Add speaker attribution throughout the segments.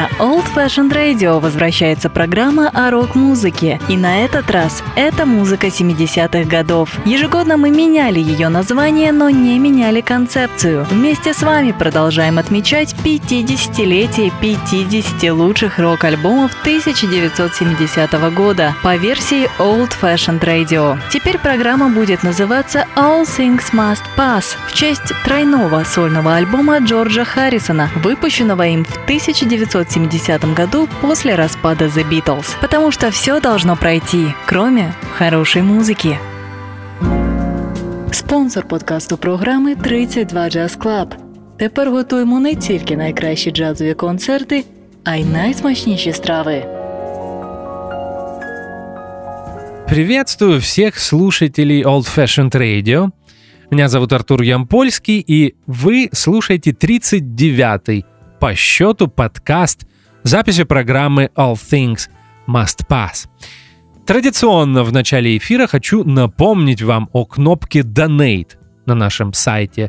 Speaker 1: На Old Fashioned Radio возвращается программа о рок-музыке. И на этот раз это музыка 70-х годов. Ежегодно мы меняли ее название, но не меняли концепцию. Вместе с вами продолжаем отмечать 50-летие 50 лучших рок-альбомов 1970 года по версии Old Fashioned Radio. Теперь программа будет называться All Things Must Pass в честь тройного сольного альбома Джорджа Харрисона, выпущенного им в 1970 году после распада The Beatles. Потому что все должно пройти, кроме хорошей музыки. Спонсор подкасту програми 32 Jazz Club. Тепер готуємо не тільки найкращі джазові концерти, а й найсмачніші страви.
Speaker 2: Приветствую всех слушателей Old Fashioned Radio. Меня зовут Артур Ямпольский, и вы слушаете 39-й по счету подкаст записи программы All Things Must Pass. Традиционно в начале эфира хочу напомнить вам о кнопке Donate на нашем сайте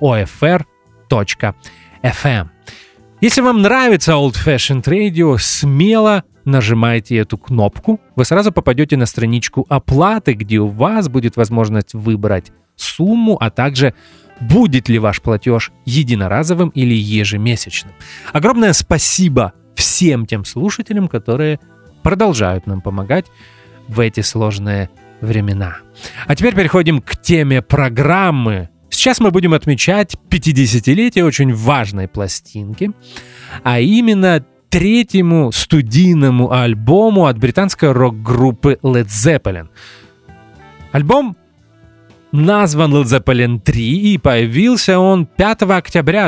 Speaker 2: OFR.FM. Если вам нравится Old Fashioned Radio, смело нажимайте эту кнопку. Вы сразу попадете на страничку оплаты, где у вас будет возможность выбрать сумму, а также будет ли ваш платеж единоразовым или ежемесячным. Огромное спасибо всем тем слушателям, которые продолжают нам помогать в эти сложные времена. А теперь переходим к теме программы. Сейчас мы будем отмечать 50-летие очень важной пластинки, а именно третьему студийному альбому от британской рок-группы Led Zeppelin. Альбом назван Led Zeppelin 3, и появился он 5 октября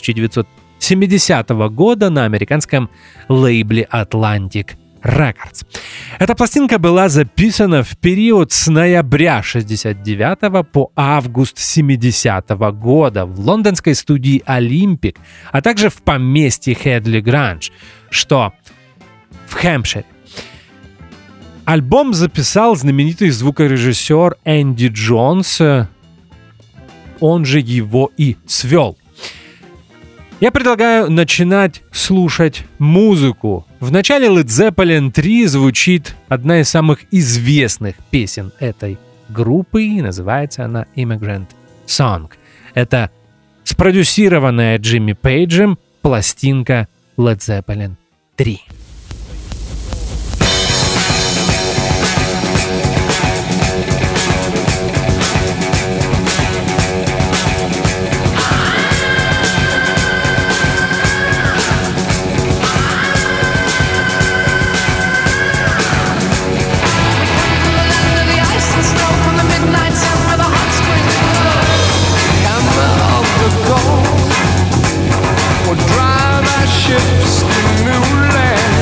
Speaker 2: 1970 года на американском лейбле Atlantic Records. Эта пластинка была записана в период с ноября 69 по август 70 года в лондонской студии Olympic, а также в поместье Хедли Гранж, что в Хэмпшире. Альбом записал знаменитый звукорежиссер Энди Джонс, он же его и свел. Я предлагаю начинать слушать музыку. В начале Led Zeppelin 3 звучит одна из самых известных песен этой группы, и называется она Immigrant Song. Это спродюсированная Джимми Пейджем пластинка Led Zeppelin 3.
Speaker 3: Drive our ships to new land.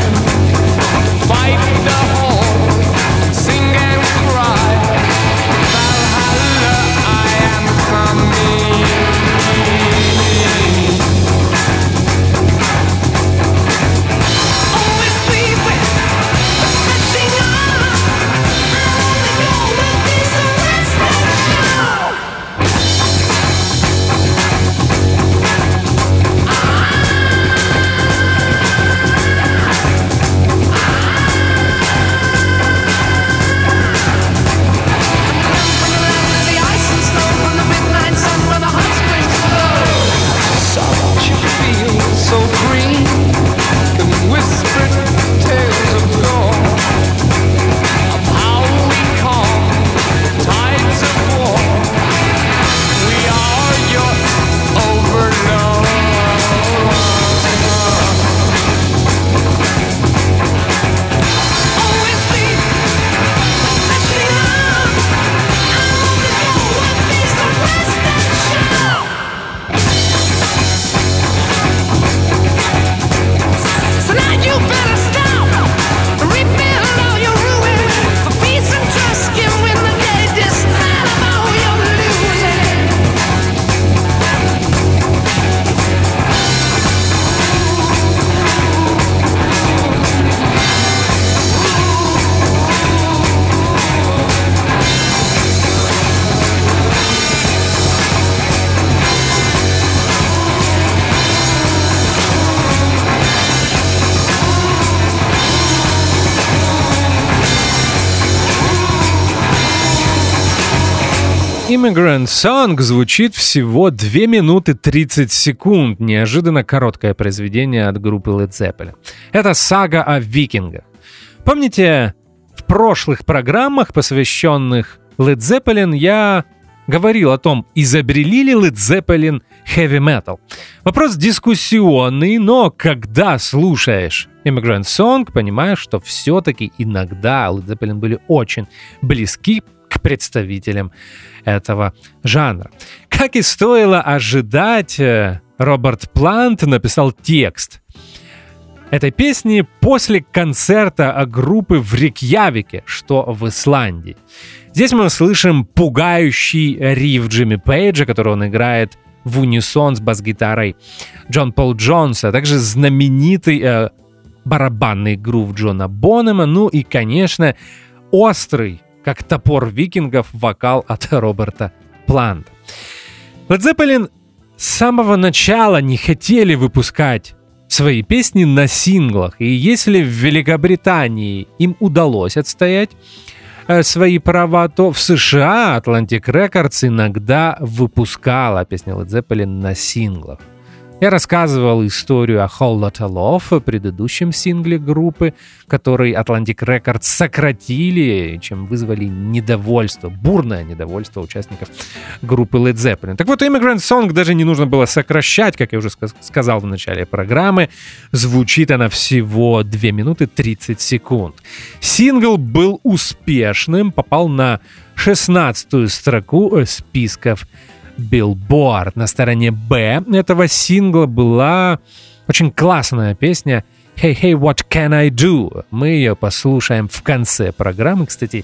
Speaker 2: Immigrant Song звучит всего 2 минуты 30 секунд. Неожиданно короткое произведение от группы Led Zeppelin. Это сага о викингах. Помните, в прошлых программах, посвященных Led Zeppelin, я говорил о том, изобрели ли Led Zeppelin heavy metal. Вопрос дискуссионный, но когда слушаешь Immigrant Song, понимаешь, что все-таки иногда Led Zeppelin были очень близки к представителям этого жанра. Как и стоило ожидать, Роберт Плант написал текст этой песни после концерта группы в Рейкьявике, что в Исландии. Здесь мы слышим пугающий риф Джимми Пейджа, который он играет в унисон с бас-гитарой Джон Пол Джонса, а также знаменитый барабанный грув Джона Бонема, ну и, конечно, острый, как топор викингов, вокал от Роберта Планта. Led Zeppelin с самого начала не хотели выпускать свои песни на синглах, и если в Великобритании им удалось отстоять свои права, то в США Atlantic Records иногда выпускала песни Led Zeppelin на синглах. Я рассказывал историю о Whole Lotta Love, предыдущем сингле группы, который Atlantic Records сократили, чем вызвали недовольство, бурное недовольство участников группы Led Zeppelin. Так вот, Immigrant Song даже не нужно было сокращать, как я уже сказал в начале программы. Звучит она всего 2 минуты 30 секунд. Сингл был успешным, попал на 16-ю строку списков Billboard. На стороне Б этого сингла была очень классная песня Hey, hey, what can I do? Мы ее послушаем в конце программы. Кстати,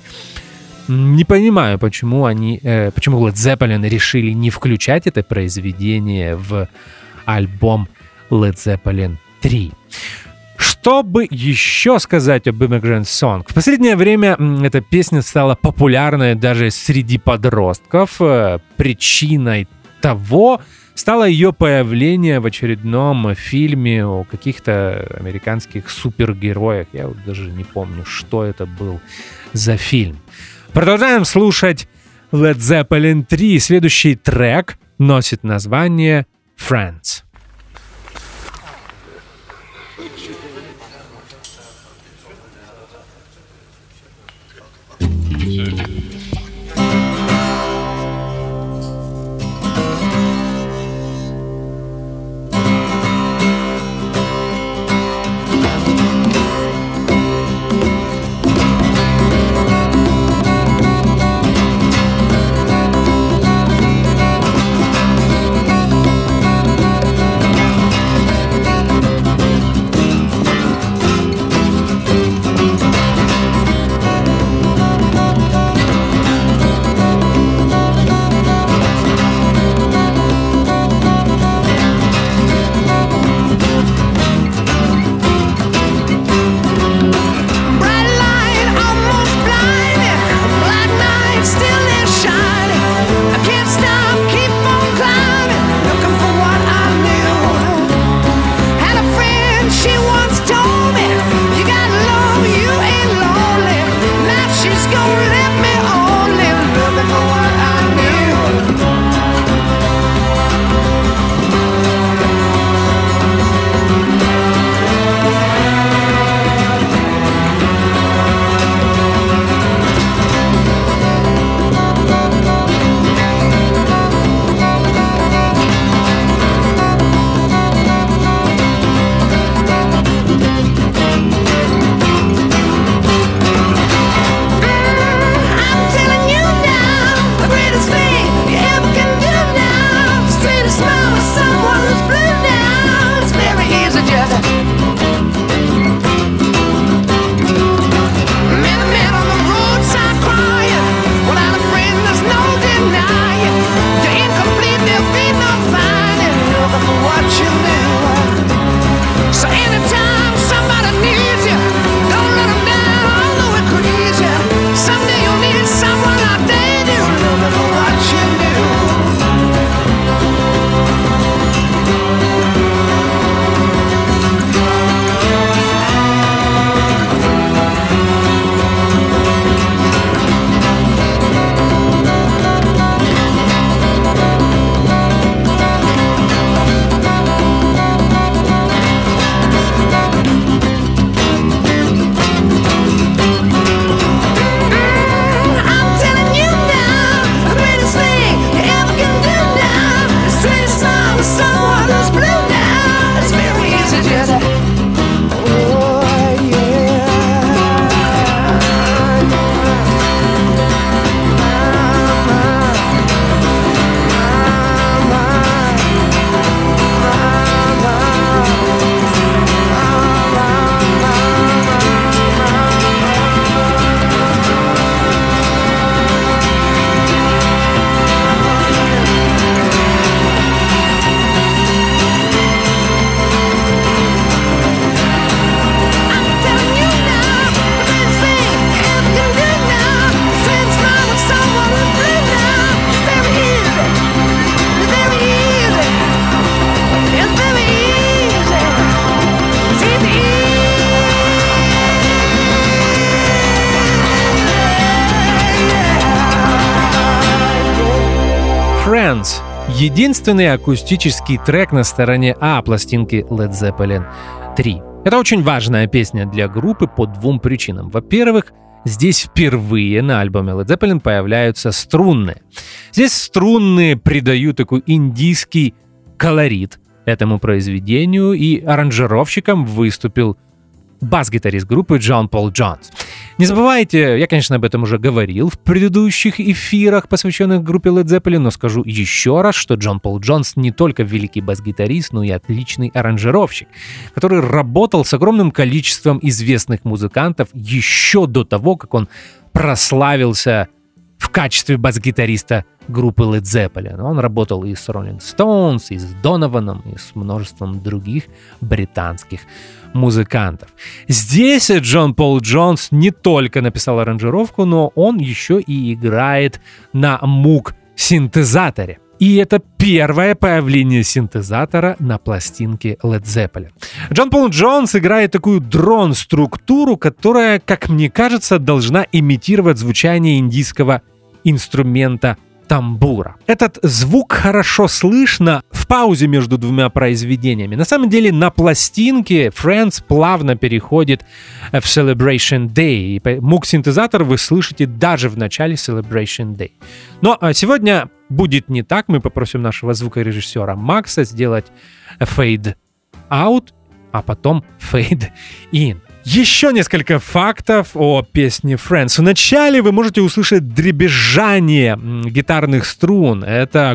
Speaker 2: не понимаю, почему Led Zeppelin решили не включать это произведение в альбом Led Zeppelin 3. Чтобы еще сказать об Immigrant Song, в последнее время эта песня стала популярной даже среди подростков. Причиной того стало ее появление в очередном фильме о каких-то американских супергероях. Я вот даже не помню, что это был за фильм. Продолжаем слушать Led Zeppelin 3. Следующий трек носит название Friends. единственный акустический трек на стороне А пластинки Led Zeppelin 3. Это очень важная песня для группы по двум причинам. Во-первых, здесь впервые на альбоме Led Zeppelin появляются струнные. Здесь струнные придают такой индийский колорит этому произведению, и аранжировщиком выступил бас-гитарист группы Джон Пол Джонс. Не забывайте, я, конечно, об этом уже говорил в предыдущих эфирах, посвященных группе Led Zeppelin, но скажу еще раз, что Джон Пол Джонс не только великий бас-гитарист, но и отличный аранжировщик, который работал с огромным количеством известных музыкантов еще до того, как он прославился в качестве бас-гитариста группы Led Zeppelin. Он работал и с Rolling Stones, и с Донованом, и с множеством других британских музыкантов. Здесь Джон Пол Джонс не только написал аранжировку, но он еще и играет на Moog-синтезаторе. И это первое появление синтезатора на пластинке Led Zeppelin. Джон Пол Джонс играет такую дрон-структуру, которая, как мне кажется, должна имитировать звучание индийского инструмента тамбура. Этот звук хорошо слышно в паузе между двумя произведениями. На самом деле на пластинке Friends плавно переходит в Celebration Day. И Moog-синтезатор вы слышите даже в начале Celebration Day. Но сегодня будет не так. Мы попросим нашего звукорежиссера Макса сделать fade out, а потом fade in. Еще несколько фактов о песне Friends. Вначале вы можете услышать дребезжание гитарных струн. Это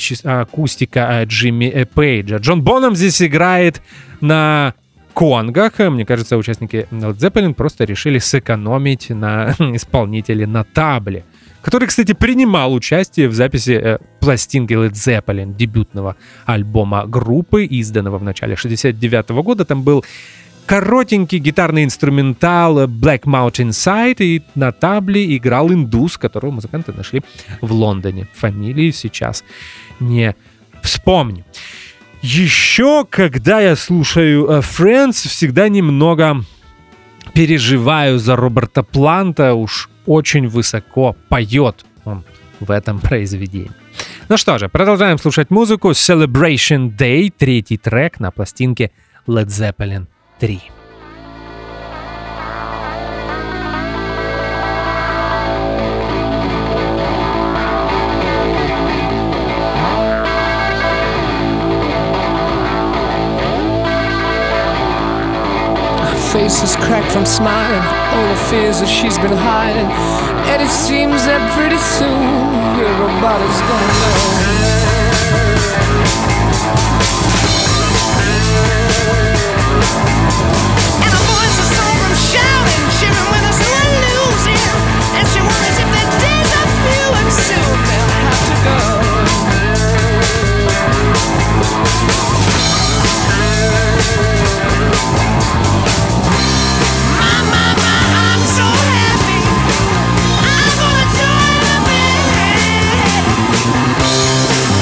Speaker 2: акустика Джимми Пейджа. Джон Бонхам здесь играет на конгах. Мне кажется, участники Led Zeppelin просто решили сэкономить на исполнителе на табле, который, кстати, принимал участие в записи пластинки Led Zeppelin, дебютного альбома группы, изданного в начале 1969 года. Там был коротенький гитарный инструментал Black Mountain Side, и на табле играл индус, которого музыканты нашли в Лондоне. Фамилии сейчас не вспомню. Еще, когда я слушаю Friends, всегда немного переживаю за Роберта Планта. Уж очень высоко поет он в этом произведении. Ну что же, продолжаем слушать музыку. Celebration Day, третий трек на пластинке Led Zeppelin 3.
Speaker 3: Face is cracked from smiling, all the fears that she's been hiding, and it seems that pretty soon everybody's gonna know. And the voices saw them shouting, cheering when there's no losing, and she wonders if their days are few and soon they'll have to go. I'm so happy. I'm gonna do it.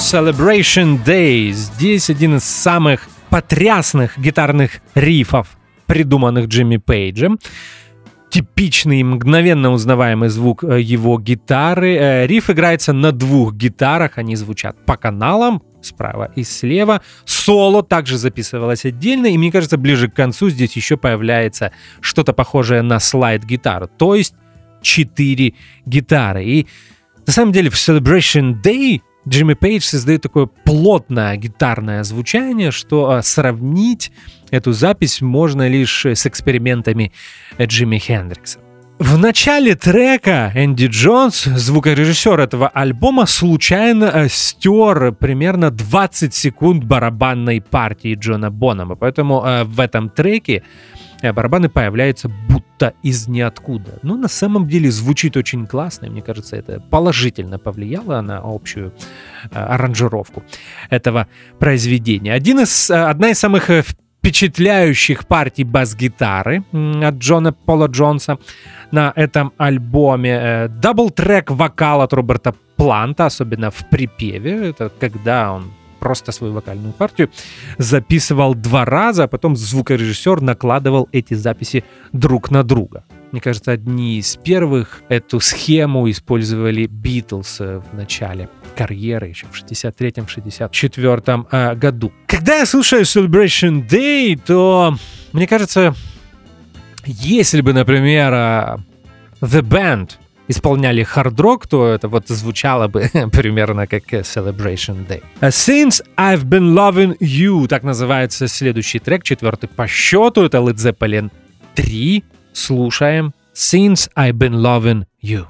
Speaker 2: Celebration Day. Здесь один из самых потрясных гитарных рифов, придуманных Джимми Пейджем. Типичный, мгновенно узнаваемый звук его гитары. Риф играется на двух гитарах, они звучат по каналам, справа и слева. Соло также записывалось отдельно, и мне кажется, ближе к концу здесь еще появляется что-то похожее на слайд-гитару, то есть 4 гитары. И на самом деле в Celebration Day Джимми Пейдж создает такое плотное гитарное звучание, что сравнить эту запись можно лишь с экспериментами Джимми Хендрикса. В начале трека Энди Джонс, звукорежиссер этого альбома, случайно стер примерно 20 секунд барабанной партии Джона Бонема, поэтому в этом треке барабаны появляются будто из ниоткуда. Но на самом деле звучит очень классно, и мне кажется, это положительно повлияло на общую аранжировку этого произведения. Одна из самых впечатляющих партий бас-гитары от Джона Пола Джонса на этом альбоме. Дабл-трек вокал от Роберта Планта, особенно в припеве. Это когда он просто свою вокальную партию записывал 2 раза, а потом звукорежиссер накладывал эти записи друг на друга. Мне кажется, одни из первых эту схему использовали Битлз в начале карьеры, еще в 63-64 году. Когда я слушаю Celebration Day, то мне кажется, если бы, например, The Band исполняли хард-рок, то это вот звучало бы примерно как Celebration Day. Since I've Been Loving You, так называется следующий трек, 4-й по счету, это Led Zeppelin 3. Слушаем Since I've Been Loving You.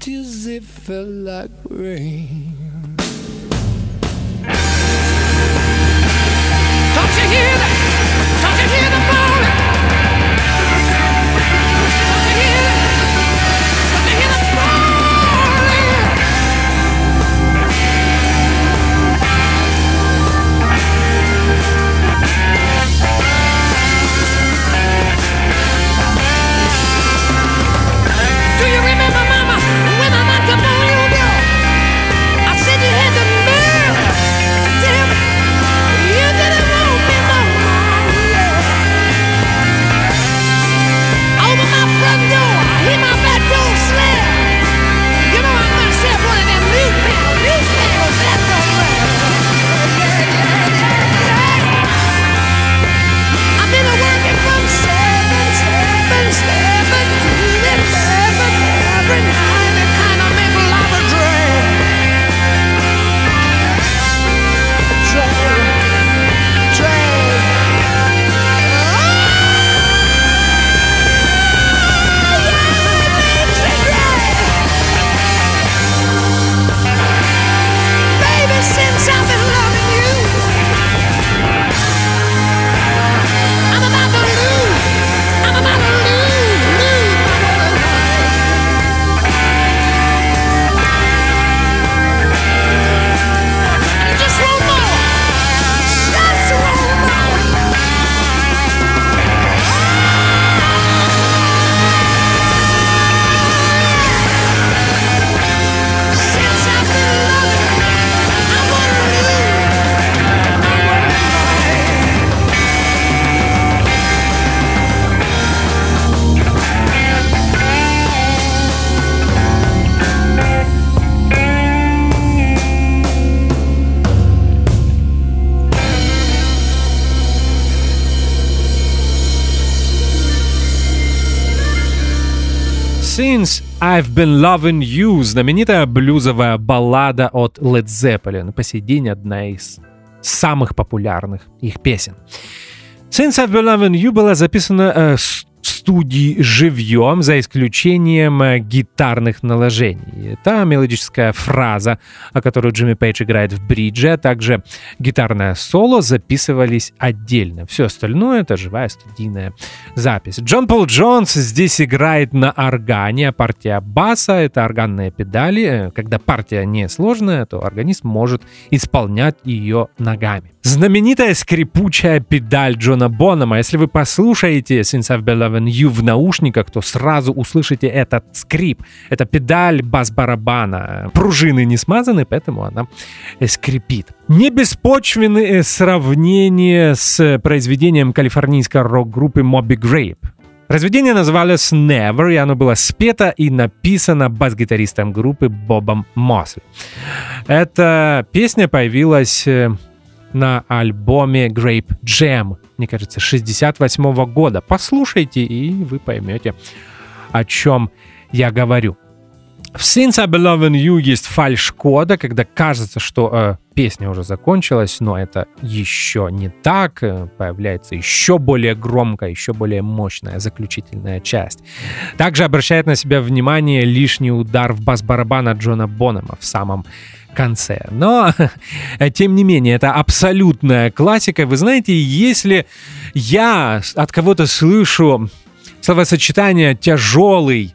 Speaker 3: as it felt like rain. Don't you hear that? Don't you hear the falling? Don't you hear that? Don't you hear the falling? Do you remember, Mama, when I knocked up on your door? I said you had the nerve. Damn, you didn't want me no more. Over my front door, I hear my back door slam. You know I must have one of them newfangled back doors. I've been working from 7 to 11 every night. It kind of make a lot of drag. Baby, since I've been loving you, I'm about to lose my and just one more, just one more. Since I've been loving, I wanna lose my
Speaker 2: Since I've Been Loving You, знаменитая блюзовая баллада от Led Zeppelin, по сей день одна из самых популярных их песен. Since I've Been Loving You была записана в студии живьем, за исключением гитарных наложений. Это мелодическая фраза, которую Джимми Пейдж играет в бридже, а также гитарное соло записывались отдельно. Все остальное — это живая студийная запись. Джон Пол Джонс здесь играет на органе, а партия баса — это органные педали. Когда партия не сложная, то органист может исполнять ее ногами. Знаменитая скрипучая педаль Джона Бонема. Если вы послушаете Since I've Been Loving You в наушниках, то сразу услышите этот скрип. Это педаль бас-барабана. Пружины не смазаны, поэтому она скрипит. Не беспочвенные сравнения с произведением калифорнийской рок-группы Moby Grape. Произведение называлось Never, и оно было спето и написано бас-гитаристом группы Бобом Мосли. Эта песня появилась на альбоме Grape Jam, мне кажется, 68 года. Послушайте, и вы поймете, о чем я говорю. В Since I've Been Loving You есть фальш-кода, когда кажется, что песня уже закончилась, но это еще не так. Появляется еще более громкая, еще более мощная заключительная часть. Также обращает на себя внимание лишний удар в бас-барабан от Джона Бонема в самом конце. Но, тем не менее, это абсолютная классика. Вы знаете, если я от кого-то слышу словосочетание «тяжелый»,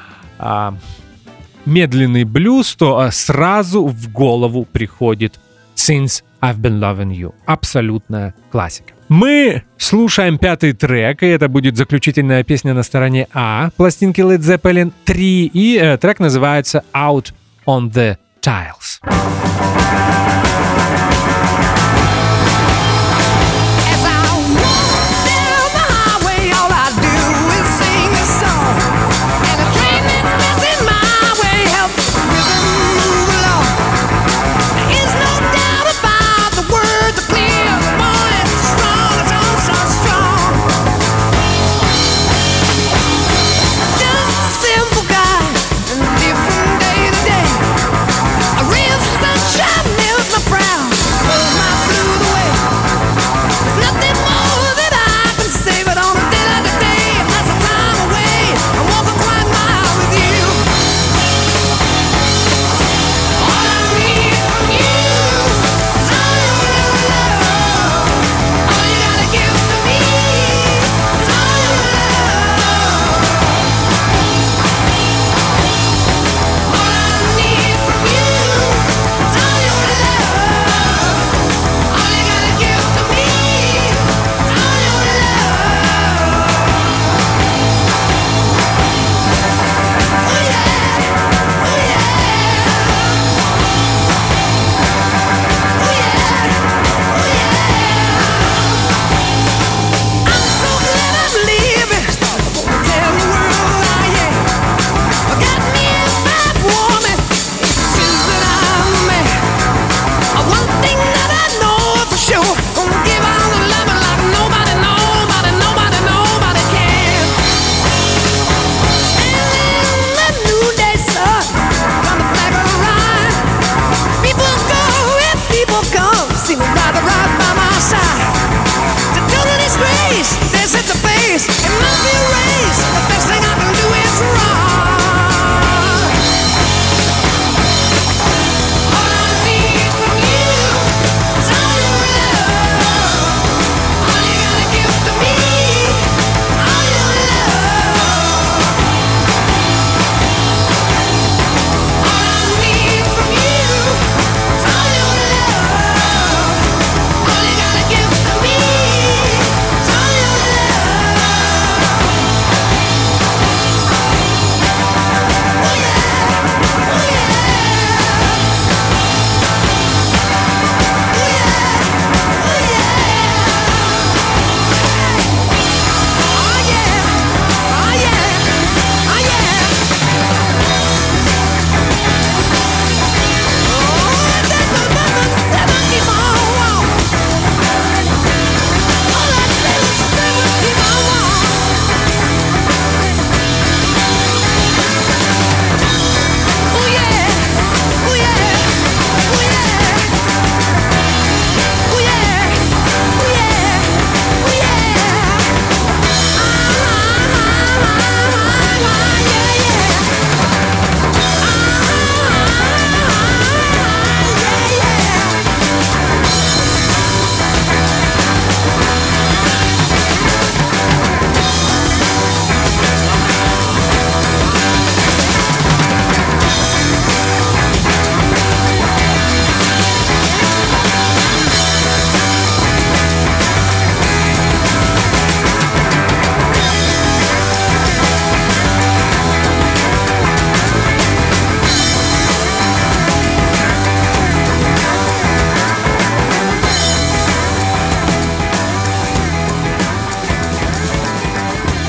Speaker 2: медленный блюз, то сразу в голову приходит Since I've Been Loving You. Абсолютная классика. Мы слушаем 5-й трек, и это будет заключительная песня на стороне А пластинки Led Zeppelin 3, и трек называется Out on the Tiles.
Speaker 3: Real sunshine melts my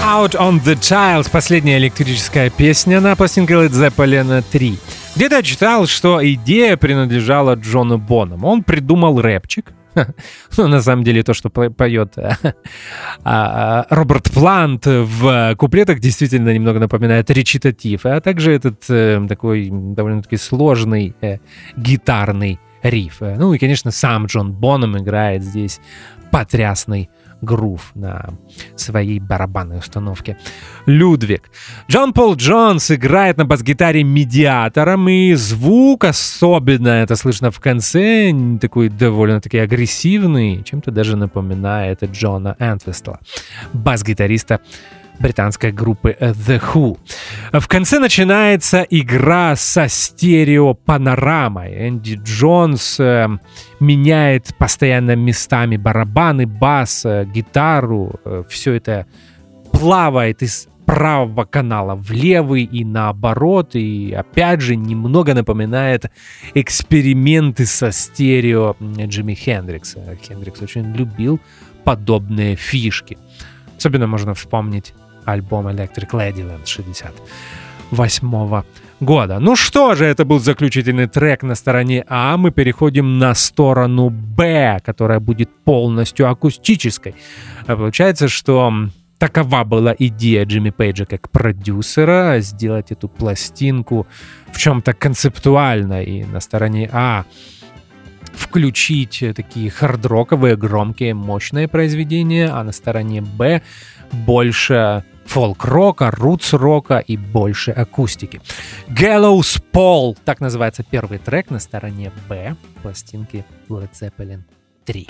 Speaker 2: Out on the Child, последняя электрическая песня на пластинке Led Zeppelin 3. Где-то я читал, что идея принадлежала Джону Бонному. Он придумал рэпчик. Ну, на самом деле, то, что поет Роберт Плант в куплетах, действительно немного напоминает речитатив, а также этот такой довольно-таки сложный гитарный риф. Ну и, конечно, сам Джон Боннам играет здесь потрясный грув на своей барабанной установке. Людвиг. Джон Пол Джонс играет на бас-гитаре медиатором, и звук, особенно это слышно в конце, такой довольно-таки агрессивный, чем-то даже напоминает Джона Энтвистла, бас-гитариста британской группы The Who. В конце начинается игра со стереопанорамой. Энди Джонс меняет постоянно местами барабаны, бас, гитару. Все это плавает из правого канала в левый и наоборот. И опять же немного напоминает эксперименты со стерео Джимми Хендрикса. Хендрикс очень любил подобные фишки. Особенно можно вспомнить альбом Electric Ladyland 68 года. Ну что же, это был заключительный трек на стороне А. Мы переходим на сторону Б, которая будет полностью акустической. Получается, что такова была идея Джимми Пейджа как продюсера — сделать эту пластинку в чем-то концептуально. И на стороне А включить такие хард-роковые, громкие, мощные произведения, а на стороне Б больше фолк-рока, рутс-рока и больше акустики. Gallows Pole, так называется первый трек на стороне Б пластинки Led Zeppelin 3.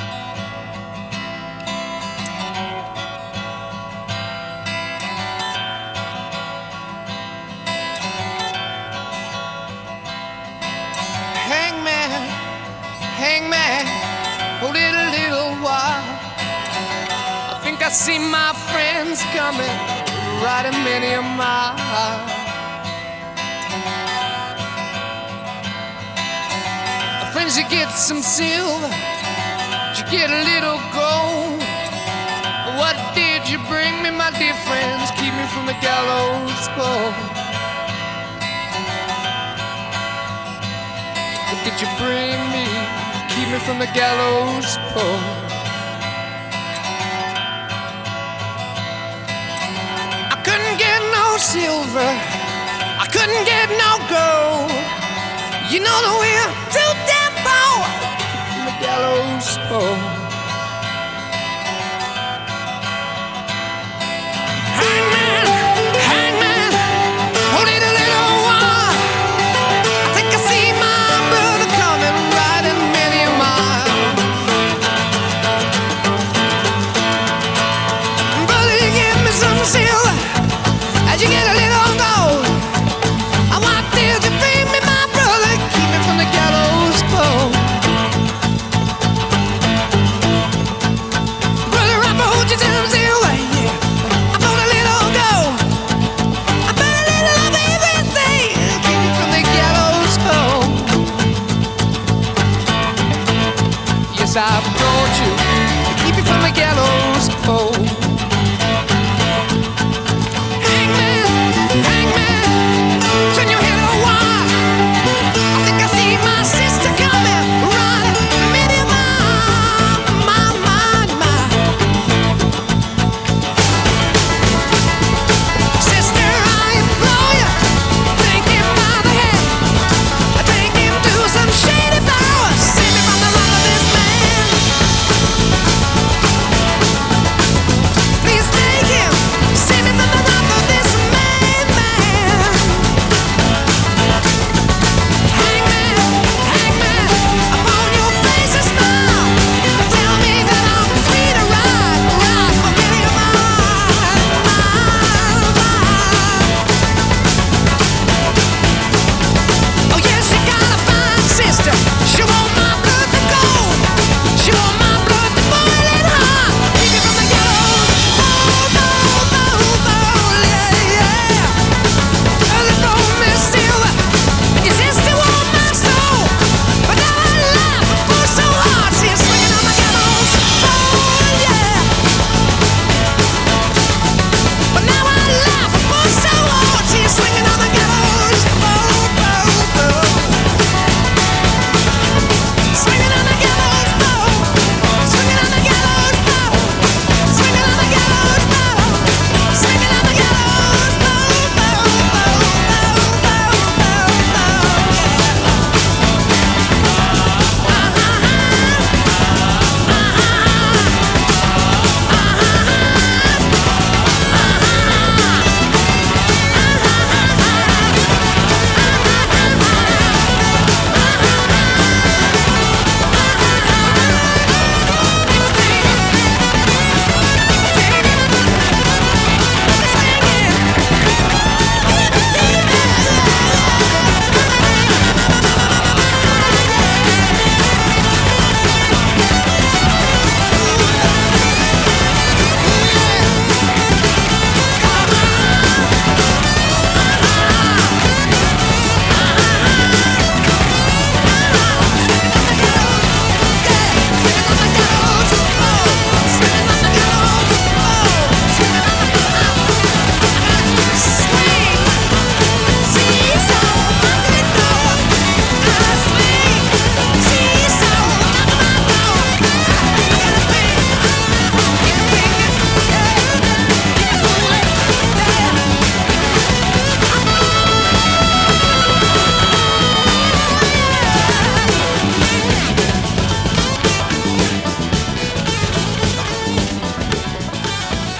Speaker 3: Hangman, hold it a little while. I think I see my friends coming, riding many a mile. Friends, you get some silver, you get a little gold. What did you bring me, my dear friends? Keep me from the gallows pole. What did you bring me? Keep me from the gallows pole. I couldn't get no silver, I couldn't get no gold. You know that we're too damn poor. Keep me from the gallows pole. Hangman, hangman, hold it a little while. I think I see my brother coming, riding many a mile. Brother, you give me some silver as you get a little gold. I want till you bring me my brother, keep me from the gallows pole.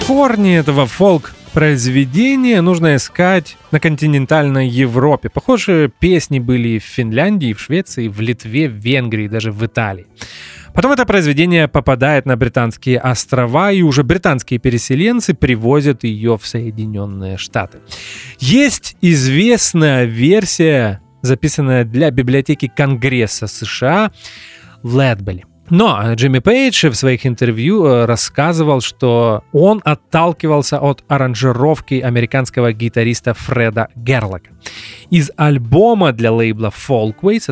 Speaker 2: корни этого фолк-произведения нужно искать на континентальной Европе. Похожие песни были и в Финляндии, и в Швеции, и в Литве, в Венгрии, даже в Италии. Потом это произведение попадает на Британские острова, и уже британские переселенцы привозят ее в Соединенные Штаты. Есть известная версия, записанная для библиотеки Конгресса США в Лэдбеле. Но Джимми Пейдж в своих интервью рассказывал, что он отталкивался от аранжировки американского гитариста Фреда Герлока. Из альбома для лейбла Folkways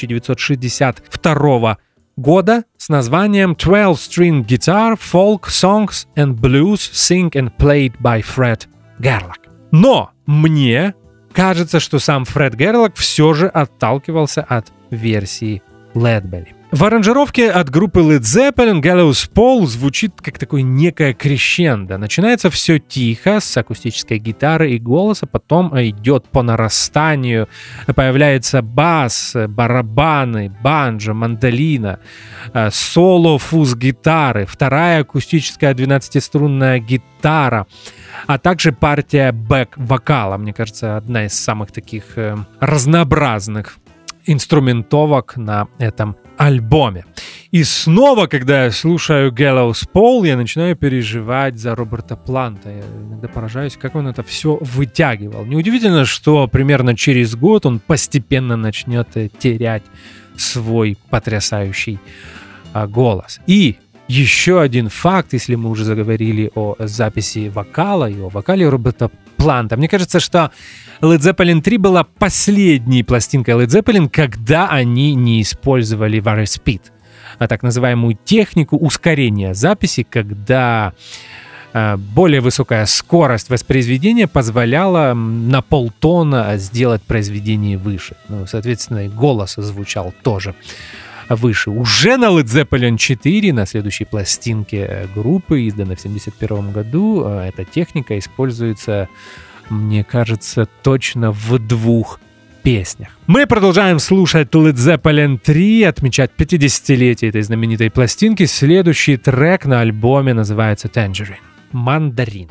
Speaker 2: 1962 года с названием 12-string guitar, folk, songs and blues sing and played by Fred Gerlach. Но мне кажется, что сам Фред Герлок все же отталкивался от версии Лэдбелли. В аранжировке от группы Led Zeppelin Gallows Pole звучит как такое некое крещендо. Начинается все тихо, с акустической гитары и голоса, потом идет по нарастанию. Появляется бас, барабаны, банджо, мандолина, соло фуз-гитары, вторая акустическая 12-струнная гитара, а также партия бэк-вокала. Мне кажется, одна из самых таких разнообразных инструментовок на этом альбоме. И снова, когда я слушаю Gallows Pole, я начинаю переживать за Роберта Планта. Я иногда поражаюсь, как он это все вытягивал. Неудивительно, что примерно через год он постепенно начнет терять свой потрясающий голос. И еще один факт, если мы уже заговорили о записи вокала и о вокале Роберта Планта. Мне кажется, что Led Zeppelin 3 была последней пластинкой Led Zeppelin, когда они не использовали Vari Speed, так называемую технику ускорения записи, когда более высокая скорость воспроизведения позволяла на полтона сделать произведение выше. Ну, соответственно, и голос звучал тоже выше. Уже на Led Zeppelin 4, на следующей пластинке группы, изданной в 1971 году, эта техника используется, мне кажется, точно в 2 песнях. Мы продолжаем слушать Led Zeppelin 3, отмечать 50-летие этой знаменитой пластинки. Следующий трек на альбоме называется Tangerine. Мандарин.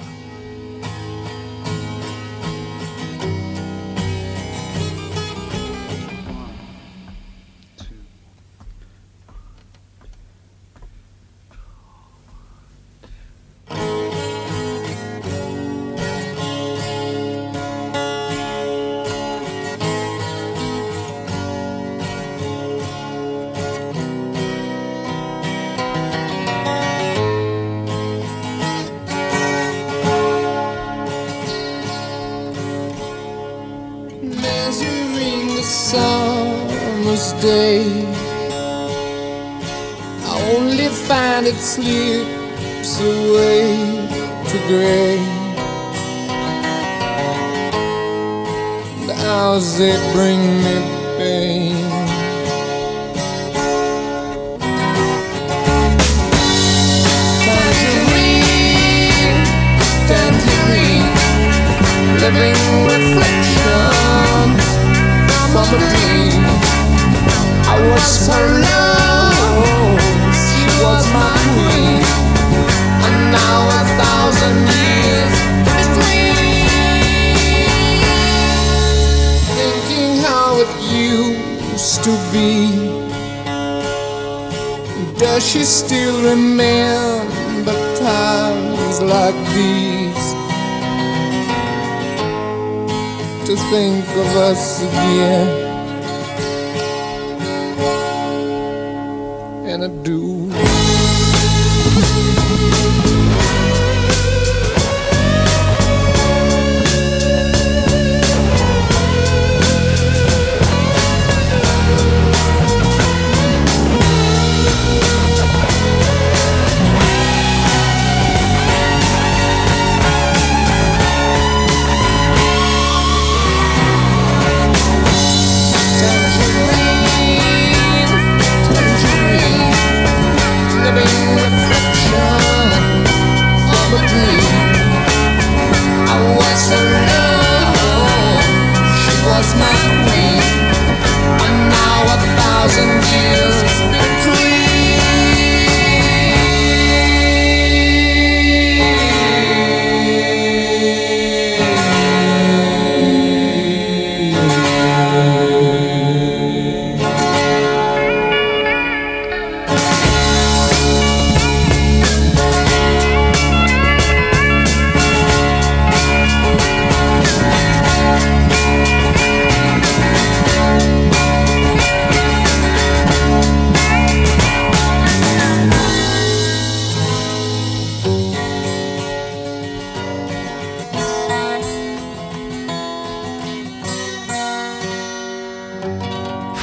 Speaker 3: Day, I only find it slips away to gray. The hours they bring me pain. Tangerine, tangerine, living reflections from a dream. I was her love, she was my queen, and now 1,000 years between. Thinking how it used to be, does she still remember times like these? To think of us again, and I do. Tangerine, tangerine,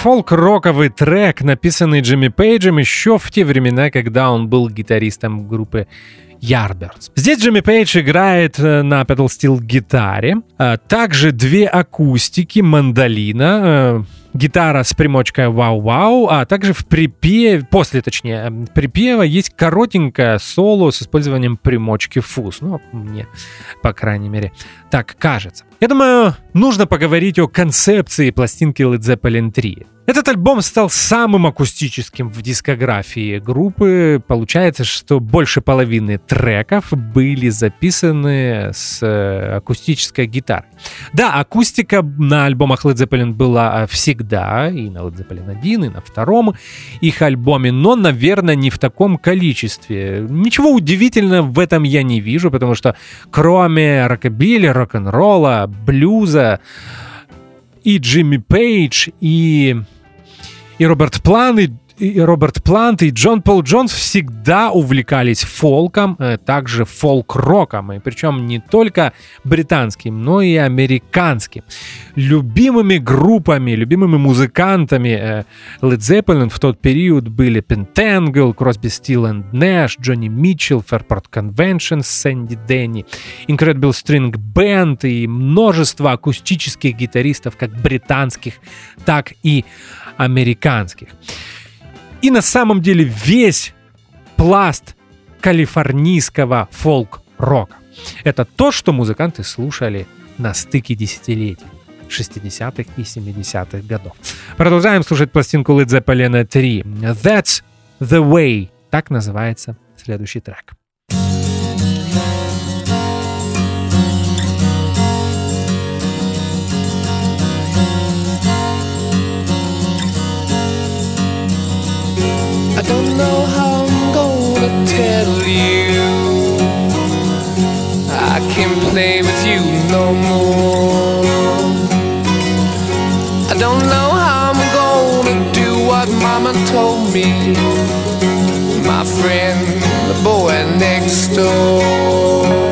Speaker 2: фолк-роковый трек, написанный Джимми Пейджем еще в те времена, когда он был гитаристом группы Yardbirds. Здесь Джимми Пейдж играет на pedal-steel гитаре, также две акустики, мандолина, гитара с примочкой вау-вау, а также в припеве, припева есть коротенькое соло с использованием примочки фуз. Ну, мне, по крайней мере, так кажется. Я думаю, нужно поговорить о концепции пластинки Led Zeppelin 3. Этот альбом стал самым акустическим в дискографии группы. Получается, что больше половины треков были записаны с акустической гитарой. Да, акустика на альбомах Led Zeppelin была всегда, и на Led Zeppelin 1, и на втором их альбоме, но, наверное, не в таком количестве. Ничего удивительного в этом я не вижу, потому что кроме рокобилли, рок-н-ролла, блюза, и Джимми Пейдж, и Роберт Плант, и Джон Пол Джонс всегда увлекались фолком, также фолк-роком, и причем не только британским, но и американским. Любимыми группами, любимыми музыкантами Led Zeppelin в тот период были Pentangle, Crosby, Still & Nash, Джонни Митчелл, Fairport Convention, Сэнди Дэнни, Incredible String Band и множество акустических гитаристов, как британских, так и американских. И на самом деле весь пласт калифорнийского фолк-рока — это то, что музыканты слушали на стыке десятилетий 60-х и 70-х годов. Продолжаем слушать пластинку Led Zeppelin 3. That's the Way. Так называется следующий трек.
Speaker 3: I don't know how I'm gonna tell you. I can't play with you no more. I don't know how I'm gonna do what Mama told me. My friend, the boy next door.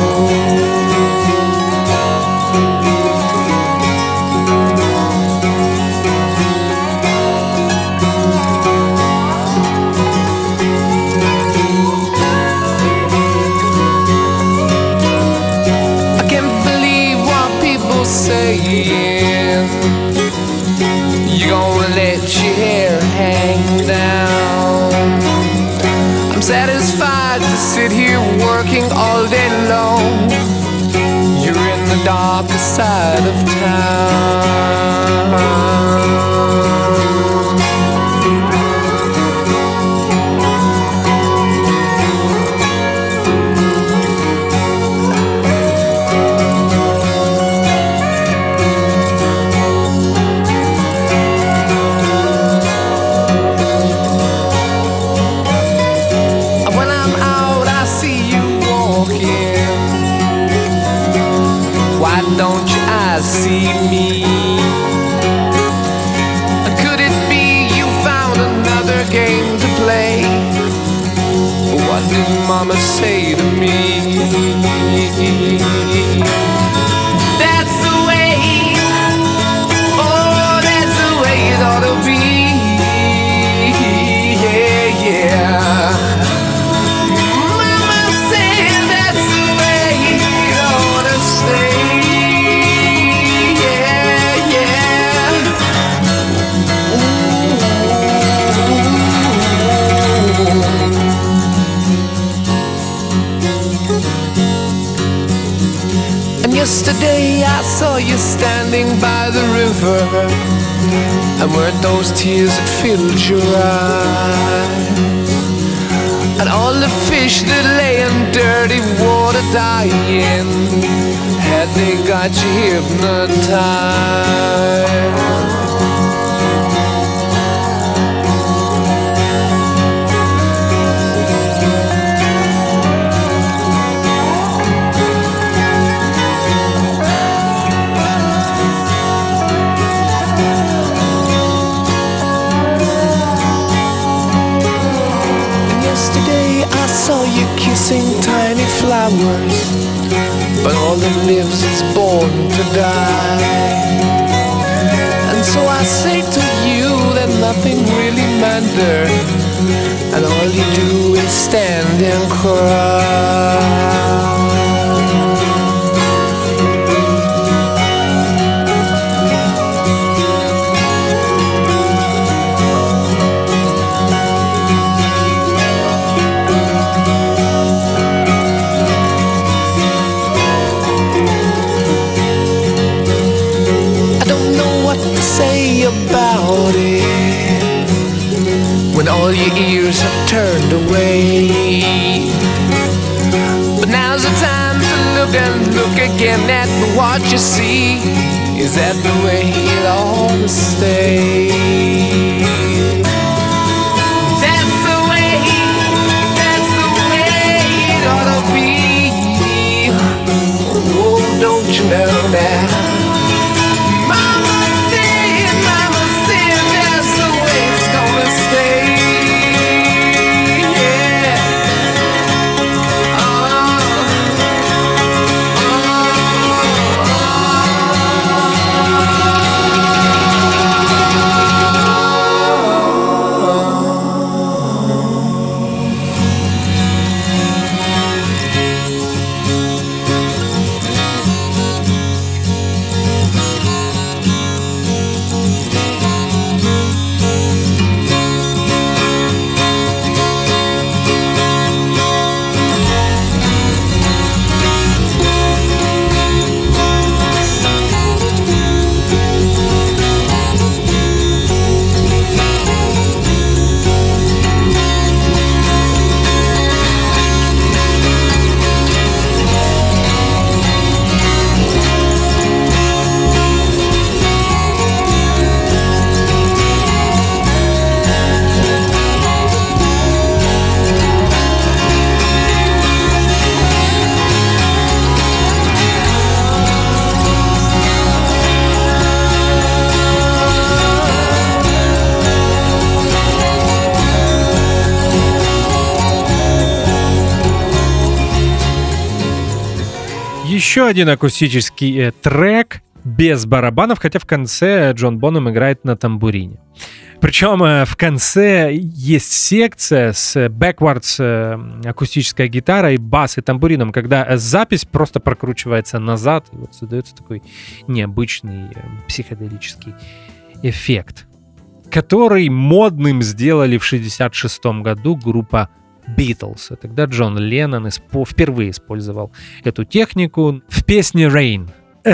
Speaker 3: Saying you're gonna let your hair hang down. I'm satisfied to sit here working all day long. You're in the darker side of town. Don't your eyes see me? Could it be you found another game to play? What did Mama say to me? That's the way, oh, that's the way it ought to be. Yeah, yeah. Mama said that's the way it ought to stay. Yesterday I saw you standing by the river, and weren't those tears that filled your eyes? And all the fish that lay in dirty water dying, had they got you hypnotized? I saw you kissing tiny flowers, but all that lives is born to die. And so I say to you, nothing really matter, and all you do is stand and cry. Say about it when all your ears have turned away. But now's the time to look and look again at what you see. Is that the way it ought to stay? That's the way it ought to be. Oh, don't you know that?
Speaker 2: Еще один акустический трек без барабанов, хотя в конце Джон Бонхэм играет на тамбурине. Причем в конце есть секция с backwards акустической гитарой, бас и тамбурином, когда запись просто прокручивается назад, и вот создается такой необычный психоделический эффект, который модным сделали в 1966 году группа Beatles. И тогда Джон Леннон впервые использовал эту технику в песне Rain.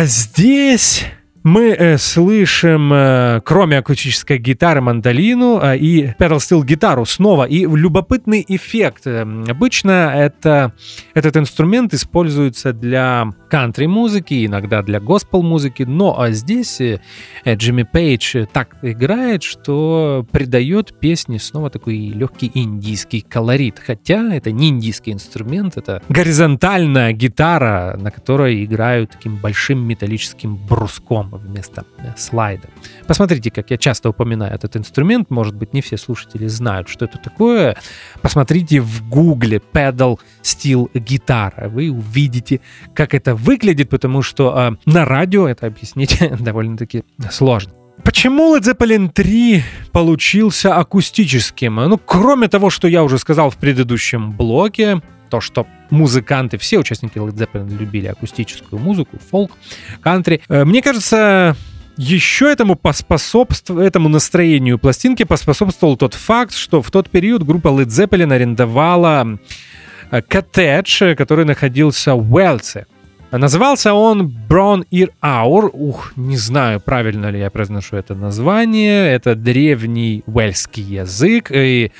Speaker 2: Здесь мы слышим, кроме акустической гитары, мандолину и pedal-steel гитару снова. И любопытный эффект. Обычно этот инструмент используется для кантри-музыки, иногда для госпел-музыки, но здесь Джимми Пейдж так играет, что придает песне снова такой легкий индийский колорит. Хотя это не индийский инструмент, это горизонтальная гитара, на которой играют таким большим металлическим бруском вместо слайда. Посмотрите, как я часто упоминаю этот инструмент. Может быть, не все слушатели знают, что это такое. Посмотрите в гугле pedal steel гитара. Вы увидите, как это выглядит, потому что на радио это объяснить довольно-таки сложно. Почему Led Zeppelin 3 получился акустическим? Ну, кроме того, что я уже сказал в предыдущем блоке, то, что музыканты, все участники Led Zeppelin любили акустическую музыку, фолк, кантри. Мне кажется, еще этому настроению пластинки поспособствовал тот факт, что в тот период группа Led Zeppelin арендовала коттедж, который находился в Уэльсе. Назывался он Brown Ear Hour. Не знаю, правильно ли я произношу это название. Это древний уэльский язык. И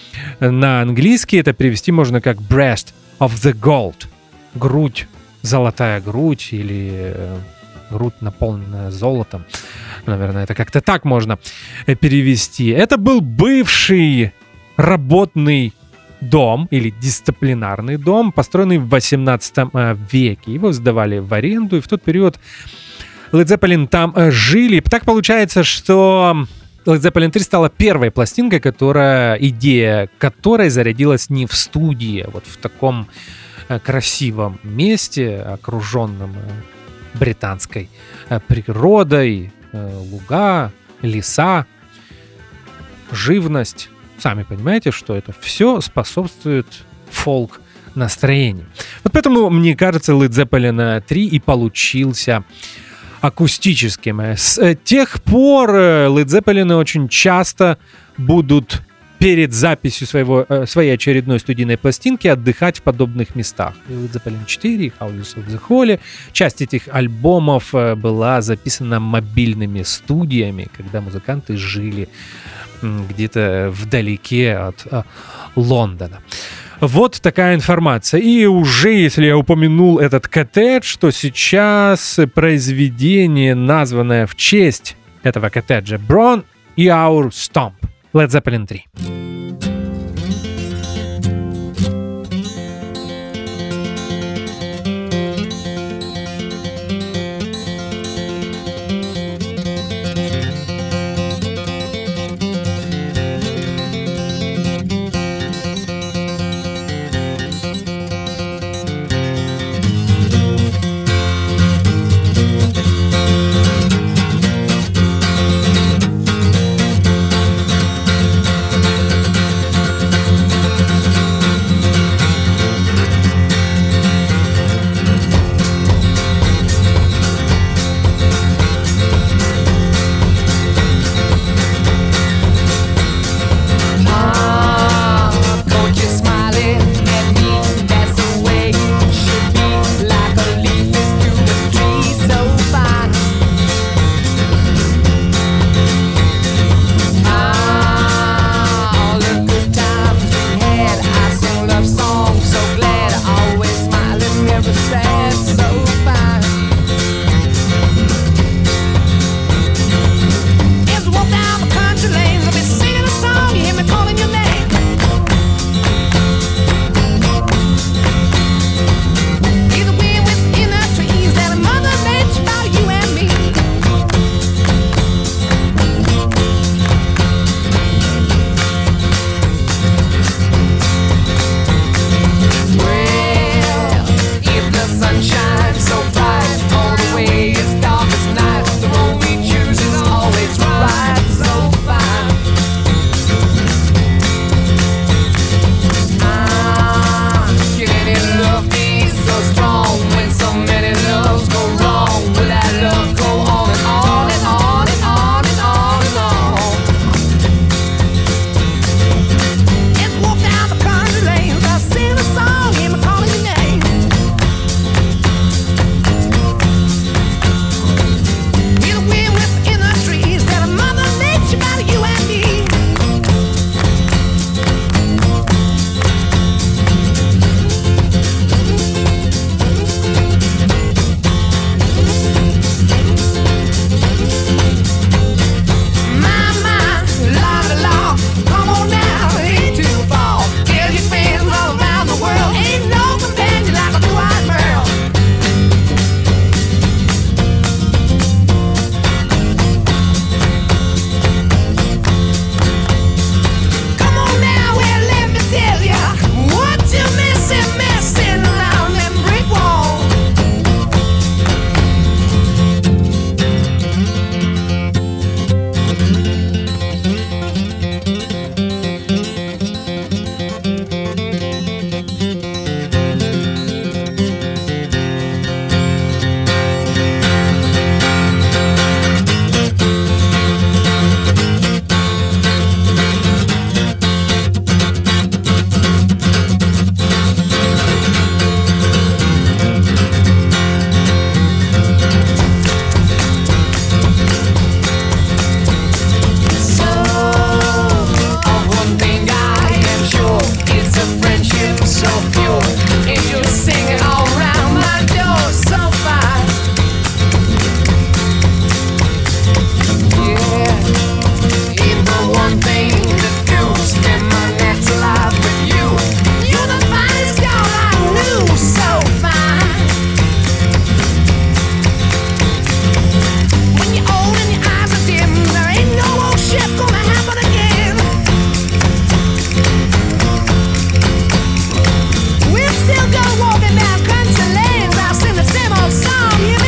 Speaker 2: на английский это перевести можно как Breast of the Gold. Грудь, золотая грудь или грудь, наполненная золотом. Наверное, это как-то так можно перевести. Это был бывший работный дом или дисциплинарный дом, построенный в 18 веке. Его сдавали в аренду, и в тот период Led Zeppelin там жили. Так получается, что Led Zeppelin 3 стала первой пластинкой, идея которой зародилась не в студии, а вот в таком красивом месте, окруженном британской природой, луга, леса. живность. Сами понимаете, что это все способствует фолк-настроению. Вот поэтому, мне кажется, Led Zeppelin 3 и получился акустическим. С тех пор Led Zeppelin очень часто будут перед записью своей очередной студийной пластинки отдыхать в подобных местах. И Led Zeppelin 4, и Houses of the Holy. Часть этих альбомов была записана мобильными студиями, когда музыканты жили где-то вдалеке от Лондона. Вот такая информация. И уже, если я упомянул этот коттедж, то сейчас произведение, названное в честь этого коттеджа, Bron y Our Stomp, Led Zeppelin 3.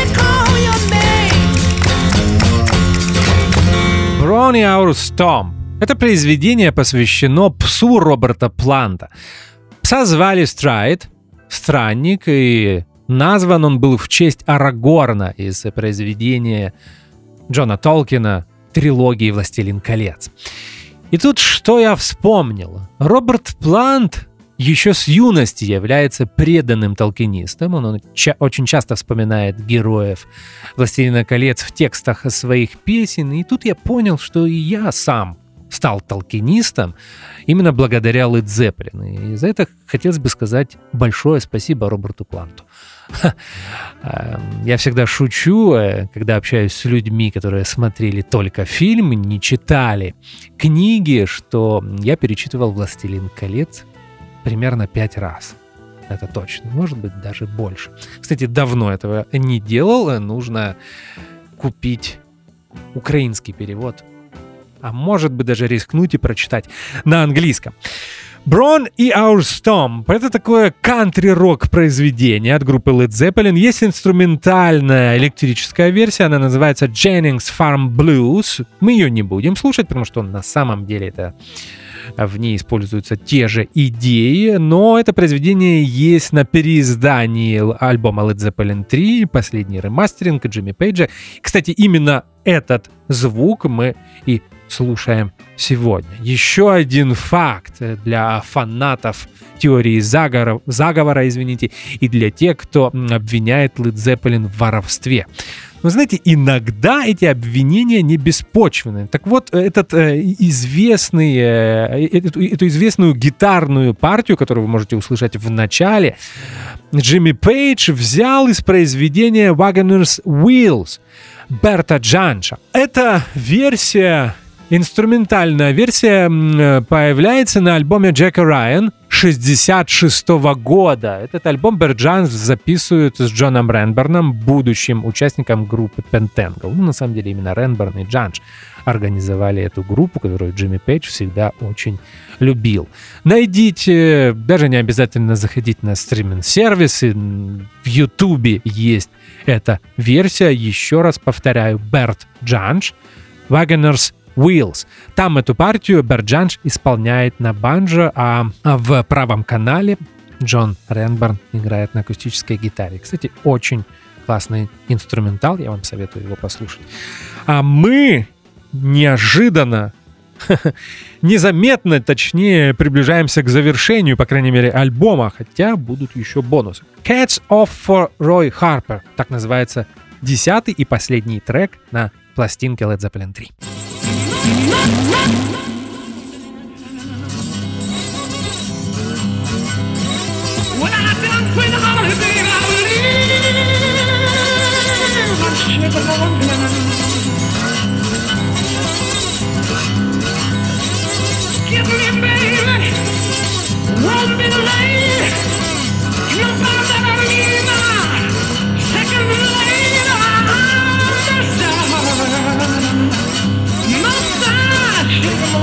Speaker 2: Bron y Our Stomp. Это произведение посвящено псу Роберта Планта. Пса звали Страйд, странник, и назван он был в честь Арагорна из произведения Джона Толкина трилогии «Властелин колец». И тут что я вспомнил? Роберт Плант еще с юности является преданным толкинистом. Он очень часто вспоминает героев «Властелина колец» в текстах своих песен. И тут я понял, что и я сам стал толкинистом именно благодаря Led Zeppelin. И за это хотелось бы сказать большое спасибо Роберту Планту. Я всегда шучу, когда общаюсь с людьми, которые смотрели только фильм, не читали книги, что я перечитывал «Властелин колец» примерно 5 раз. Это точно. Может быть, даже больше. Кстати, давно этого не делал. Нужно купить украинский перевод. А может быть, даже рискнуть и прочитать на английском. Bron и Our Storm — это такое кантри-рок произведение от группы Led Zeppelin. Есть инструментальная электрическая версия, она называется Jennings Farm Blues. Мы ее не будем слушать, потому что на самом деле в ней используются те же идеи, но это произведение есть на переиздании альбома Led Zeppelin 3, последний ремастеринг Джимми Пейджа. Кстати, именно этот звук мы и слушаем сегодня. Еще один факт для фанатов теории заговора, и для тех, кто обвиняет Led Zeppelin в воровстве. Вы знаете, иногда эти обвинения не беспочвенны. Так вот, эту известную гитарную партию, которую вы можете услышать в начале, Джимми Пейдж взял из произведения Wagoner's Wheels Берта Джанша. Эта версия, инструментальная версия, появляется на альбоме Джека Райан 1966 года. Этот альбом Берт Джанш записывает с Джоном Ренберном, будущим участником группы Pentangle. На самом деле именно Ренберн и Джанш организовали эту группу, которую Джимми Пейдж всегда очень любил. Найдите, даже не обязательно заходить на стриминг-сервисы, в Ютубе есть эта версия. Еще раз повторяю, Берт Джанш, Wagoner's Wheels. Там эту партию Берт Джанш исполняет на банджо, а в правом канале Джон Ренберн играет на акустической гитаре. Кстати, очень классный инструментал, я вам советую его послушать. А мы неожиданно, незаметно, точнее, приближаемся к завершению, по крайней мере, альбома, хотя будут еще бонусы. Cats Off for Roy Harper. Так называется 10-й и последний трек на пластинке Led Zeppelin 3.
Speaker 3: Give me, baby, won't be late. Nobody leave my second later. I understand. Must I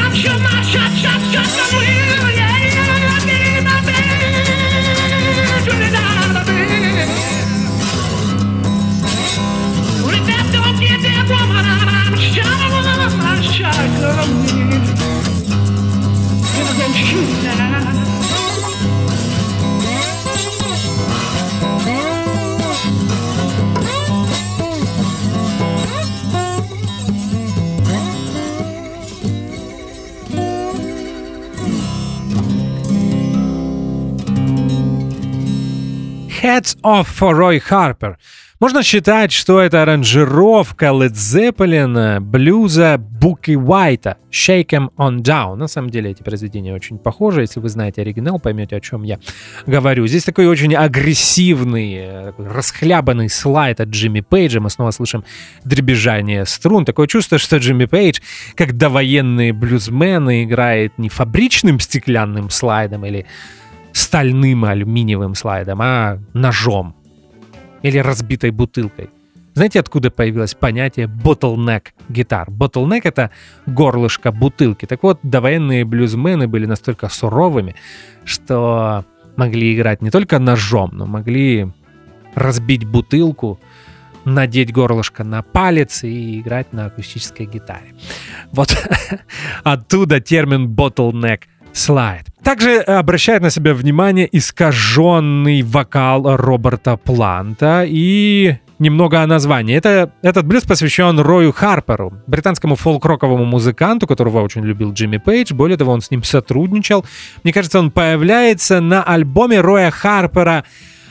Speaker 2: Hats Off for Roy Harper. Можно считать, что это аранжировка Led Zeppelin блюза Буки Уайта «Shake 'em on Down». На самом деле эти произведения очень похожи. Если вы знаете оригинал, поймете, о чем я говорю. Здесь такой очень агрессивный, такой расхлябанный слайд от Джимми Пейджа. Мы снова слышим дребезжание струн. Такое чувство, что Джимми Пейдж, как довоенные блюзмены, играет не фабричным стеклянным слайдом или стальным алюминиевым слайдом, а ножом или разбитой бутылкой. Знаете, откуда появилось понятие bottleneck гитар? Bottleneck — это горлышко бутылки. Так вот, довоенные блюзмены были настолько суровыми, что могли играть не только ножом, но могли разбить бутылку, надеть горлышко на палец и играть на акустической гитаре. Вот оттуда термин bottleneck слайд. Также обращает на себя внимание искаженный вокал Роберта Планта и немного о названии. Этот блюз посвящен Рою Харперу, британскому фолк-роковому музыканту, которого очень любил Джимми Пейдж. Более того, он с ним сотрудничал. Мне кажется, он появляется на альбоме Роя Харпера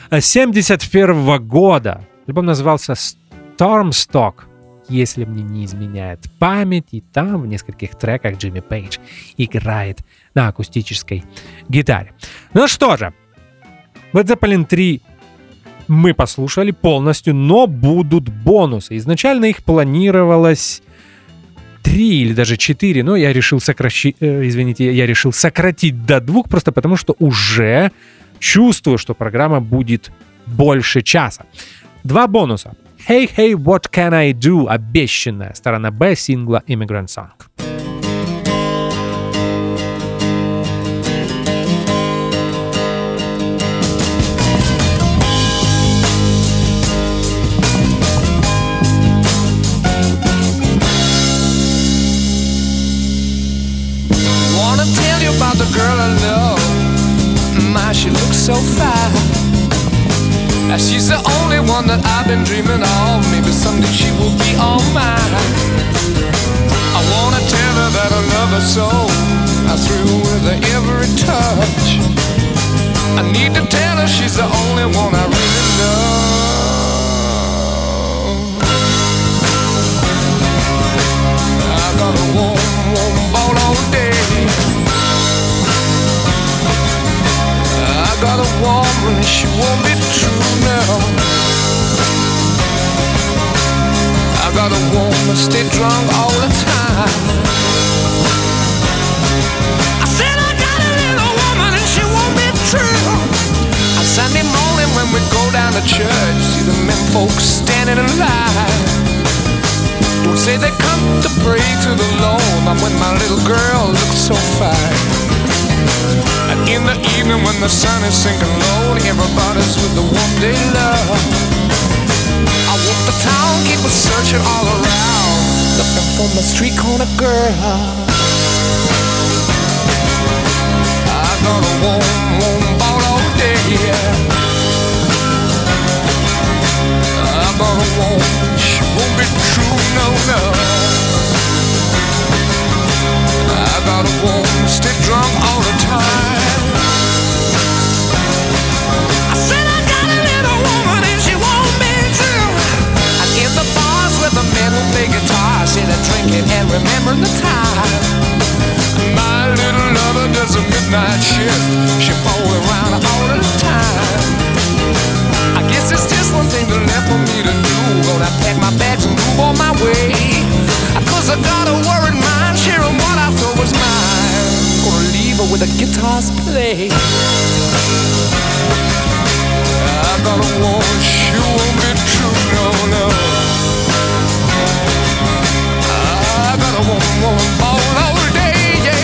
Speaker 2: 1971 года. Альбом назывался «Stormstock», если мне не изменяет память, и там в нескольких треках Джимми Пейдж играет на акустической гитаре. Ну что же, Led Zeppelin 3 мы послушали полностью, но будут бонусы. Изначально их планировалось 3 или даже 4, но я решил сократить до 2, просто потому что уже чувствую, что программа будет больше часа. 2 бонуса. Hey, hey, what can I do? Обещанная сторона Б сингла Immigrant Song.
Speaker 3: Wanna tell you about the girl I love. My, she looks so fine. She's the only one that I've been dreaming of. Maybe someday she will be all mine. I wanna tell her that I love her so. I thrill with her every touch. I need to tell her she's the only one I really love. I got a warm, warm ball all day. I got a woman, she won't be true now. I got a woman, stay drunk all the time. I said I got a little woman and she won't be true. On Sunday morning when we go down to church, see the men folks standing in line. Don't say they come to pray to the Lord, but when my little girl looks so fine. And in the evening when the sun is sinking low, everybody's with the one they love. I walk the town, keep a searching all around, looking for my street corner girl. I got a warm, warm ball all day. I got a woman, she won't be true, no, no. I got a woman, stay drunk all the time. I said I got a little woman and she won't be true. And in the bars where the men will play guitar, sit a drinking and remember the time. My little lover does a midnight shift. She follows around all the time. I guess it's just one thing left for me to do. Gonna pack my bags and move on my way. 'Cause I got a worried mind, sharing what I thought was mine. Gonna leave her with the guitars play. I got a woman, she won't be true, no, no. I got a woman, all day, yeah.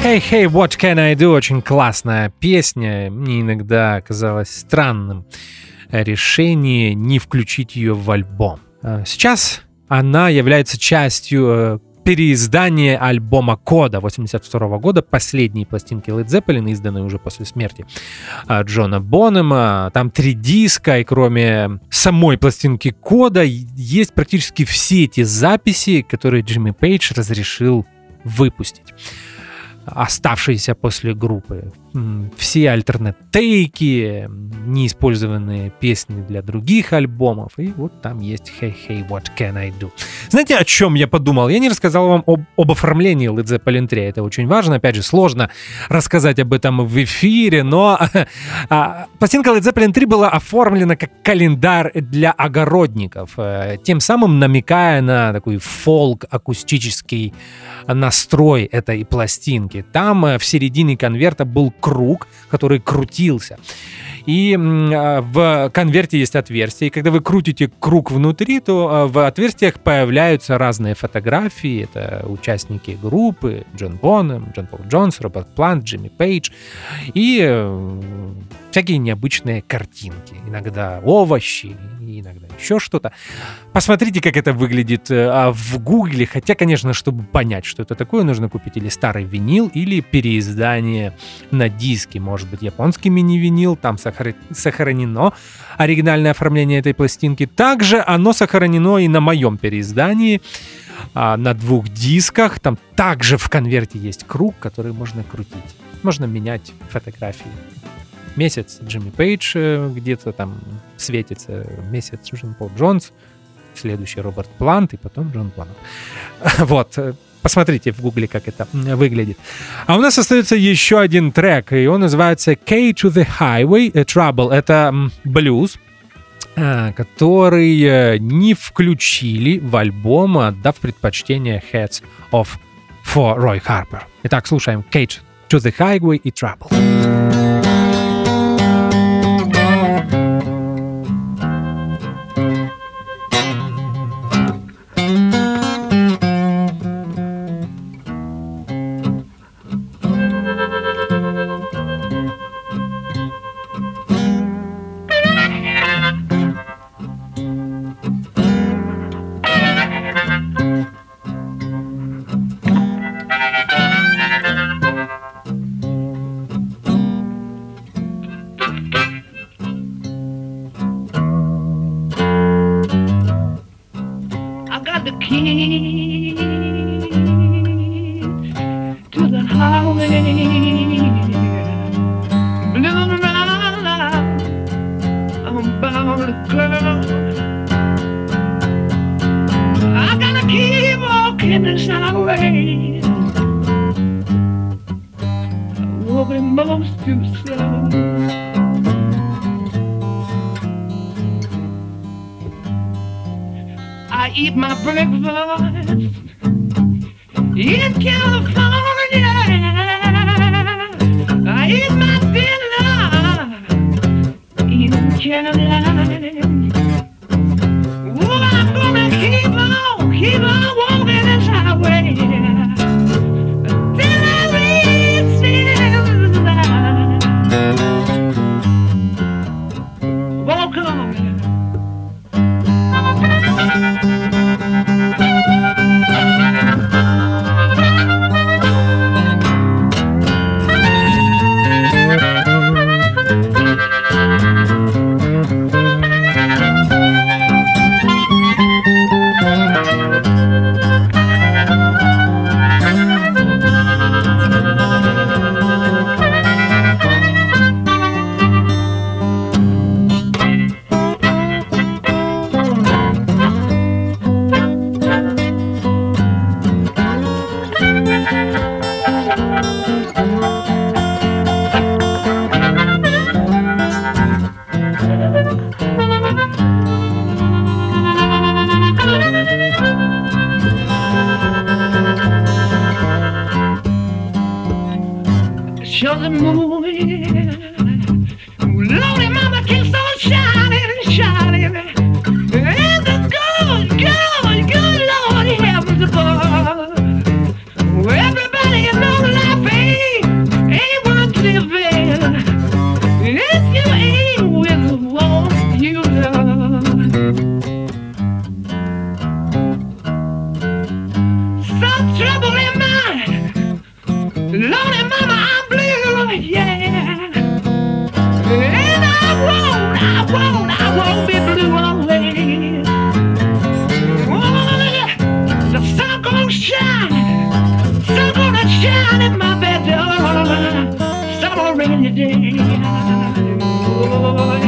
Speaker 2: Hey, hey, what can I do? Очень классная песня. Мне иногда казалось странным решение не включить ее в альбом. Сейчас она является частью переиздания альбома «Кода» 1982 года, последней пластинки Led Zeppelin, изданной уже после смерти Джона Бонема. Там 3 диска, и кроме самой пластинки «Кода» есть практически все эти записи, которые Джимми Пейдж разрешил выпустить, оставшиеся после группы. Все альтернат-тейки, неиспользованные песни для других альбомов. И вот там есть Hey, hey, what can I do? Знаете, о чем я подумал? Я не рассказал вам об оформлении Led Zeppelin 3. Это очень важно. Опять же, сложно рассказать об этом в эфире, но пластинка Led Zeppelin 3 была оформлена как календарь для огородников, тем самым намекая на такой фолк-акустический настрой этой пластинки. Там в середине конверта был круг, который крутился. И в конверте есть отверстие. И когда вы крутите круг внутри, то в отверстиях появляются разные фотографии. Это участники группы: Джон Бонем, Джон Пол Джонс, Роберт Плант, Джимми Пейдж. И всякие необычные картинки. Иногда овощи, иногда еще что-то. Посмотрите, как это выглядит в Гугле. Хотя, конечно, чтобы понять, что это такое, нужно купить или старый винил, или переиздание на диске. Может быть, японский мини-винил. Там сохранено оригинальное оформление этой пластинки. Также оно сохранено и на моем переиздании на 2 дисках. Там также в конверте есть круг, который можно крутить. Можно менять фотографии. Месяц Джимми Пейдж где-то там светится, месяц Джон Пол Джонс, следующий Роберт Плант и потом Джон Бонем. Вот, посмотрите в гугле, как это выглядит. А у нас остается еще один трек, и он называется K to the Highway Trouble. Это блюз, который не включили в альбом, отдав предпочтение Heads Off for Roy Harper. Итак, слушаем K to the Highway и Trouble.
Speaker 3: I won't be blue always. Oh, the sun gonna shine in my bed door. Summer rainy day. Oh.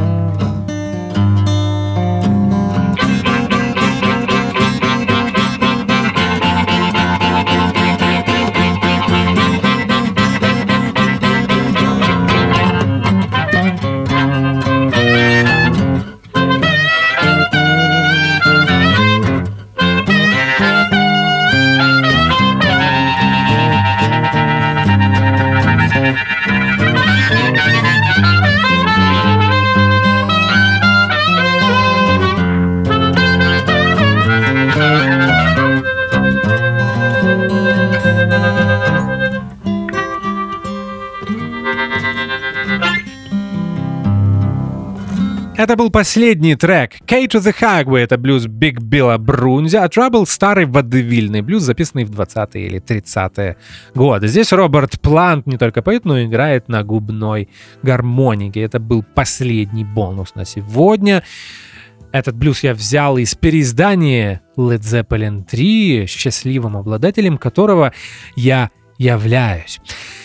Speaker 2: Это был последний трек «K to the Highway», это блюз Биг Билла Брунзи, а Trouble — старый водевильный блюз, записанный в 20-е или 30-е годы. Здесь Роберт Плант не только поет, но и играет на губной гармонике. Это был последний бонус на сегодня. Этот блюз я взял из переиздания Led Zeppelin 3, счастливым обладателем которого я являюсь.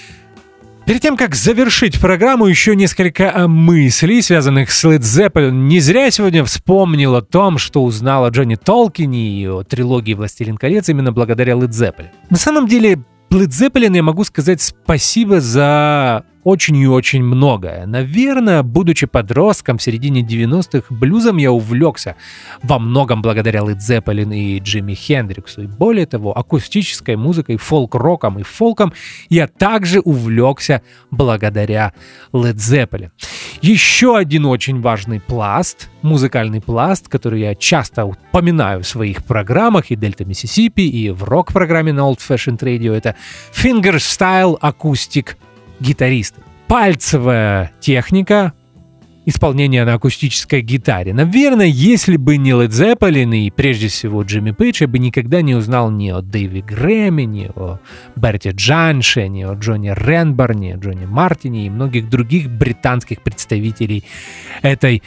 Speaker 2: Перед тем, как завершить программу, еще несколько мыслей, связанных с Led Zeppelin. Не зря я сегодня вспомнил о том, что узнал о Джонни Толкине и о трилогии «Властелин колец» именно благодаря Led Zeppelin. На самом деле, Led Zeppelin я могу сказать спасибо за очень и очень многое. Наверное, будучи подростком в середине 90-х, блюзом я увлекся во многом благодаря Led Zeppelin и Джимми Хендриксу. И более того, акустической музыкой, фолк-роком и фолком я также увлекся благодаря Led Zeppelin. Еще один очень важный пласт, музыкальный пласт, который я часто упоминаю в своих программах и Дельта Миссисипи, и в рок-программе на Old Fashioned Radio, это фингерстайл акустик гитариста. Пальцевая техника исполнения на акустической гитаре. Наверное, если бы не Led Zeppelin и прежде всего Джимми Пейдж, я бы никогда не узнал ни о Дэйве Грэме, ни о Берти Джанше, ни о Джонни Ренборне, Джонни Мартине и многих других британских представителей этой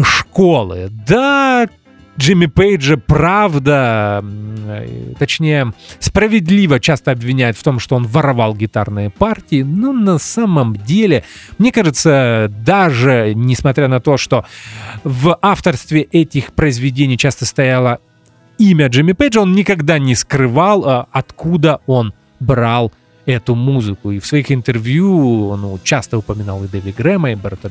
Speaker 2: школы. Да, Джимми Пейджа, правда, точнее, справедливо часто обвиняют в том, что он воровал гитарные партии, но на самом деле, мне кажется, даже несмотря на то, что в авторстве этих произведений часто стояло имя Джимми Пейджа, он никогда не скрывал, откуда он брал эту музыку. И в своих интервью он часто упоминал и Дэви Грэма, и Берта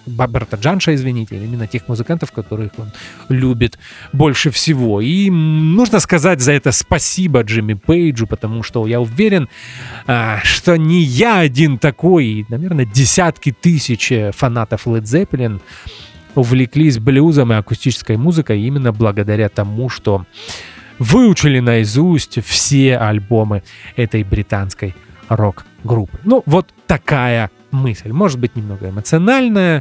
Speaker 2: Джанша, именно тех музыкантов, которых он любит больше всего. И нужно сказать за это спасибо Джимми Пейджу, потому что я уверен, что не я один такой, и, наверное, десятки тысяч фанатов Led Zeppelin увлеклись блюзом и акустической музыкой именно благодаря тому, что выучили наизусть все альбомы этой британской рок-группы. Ну, вот такая мысль. Может быть, немного эмоциональная,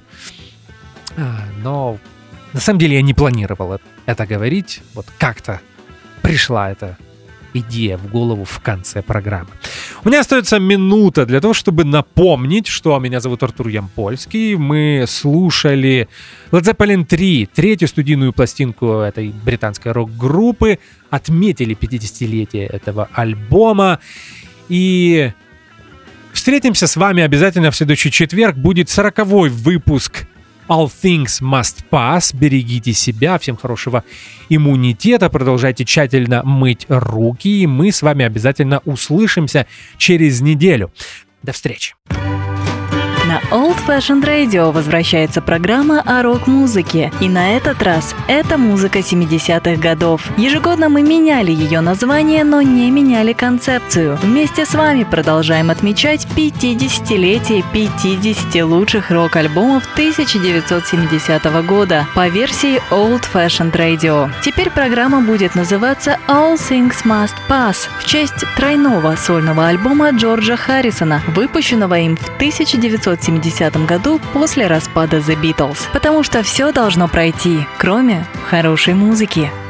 Speaker 2: но на самом деле я не планировал это говорить. Вот как-то пришла эта идея в голову в конце программы. У меня остается минута для того, чтобы напомнить, что меня зовут Артур Ямпольский. Мы слушали Led Zeppelin 3, третью студийную пластинку этой британской рок-группы. Отметили 50-летие этого альбома. И встретимся с вами обязательно в следующий четверг. Будет 40-й выпуск All Things Must Pass. Берегите себя, всем хорошего иммунитета, продолжайте тщательно мыть руки, и мы с вами обязательно услышимся через неделю. До встречи!
Speaker 1: На Old Fashioned Radio возвращается программа о рок-музыке. И на этот раз это музыка 70-х годов. Ежегодно мы меняли ее название, но не меняли концепцию. Вместе с вами продолжаем отмечать 50-летие 50 лучших рок-альбомов 1970 года по версии Old Fashioned Radio. Теперь программа будет называться All Things Must Pass в честь тройного сольного альбома Джорджа Харрисона, выпущенного им в 1970 году после распада The Beatles. Потому что все должно пройти, кроме хорошей музыки.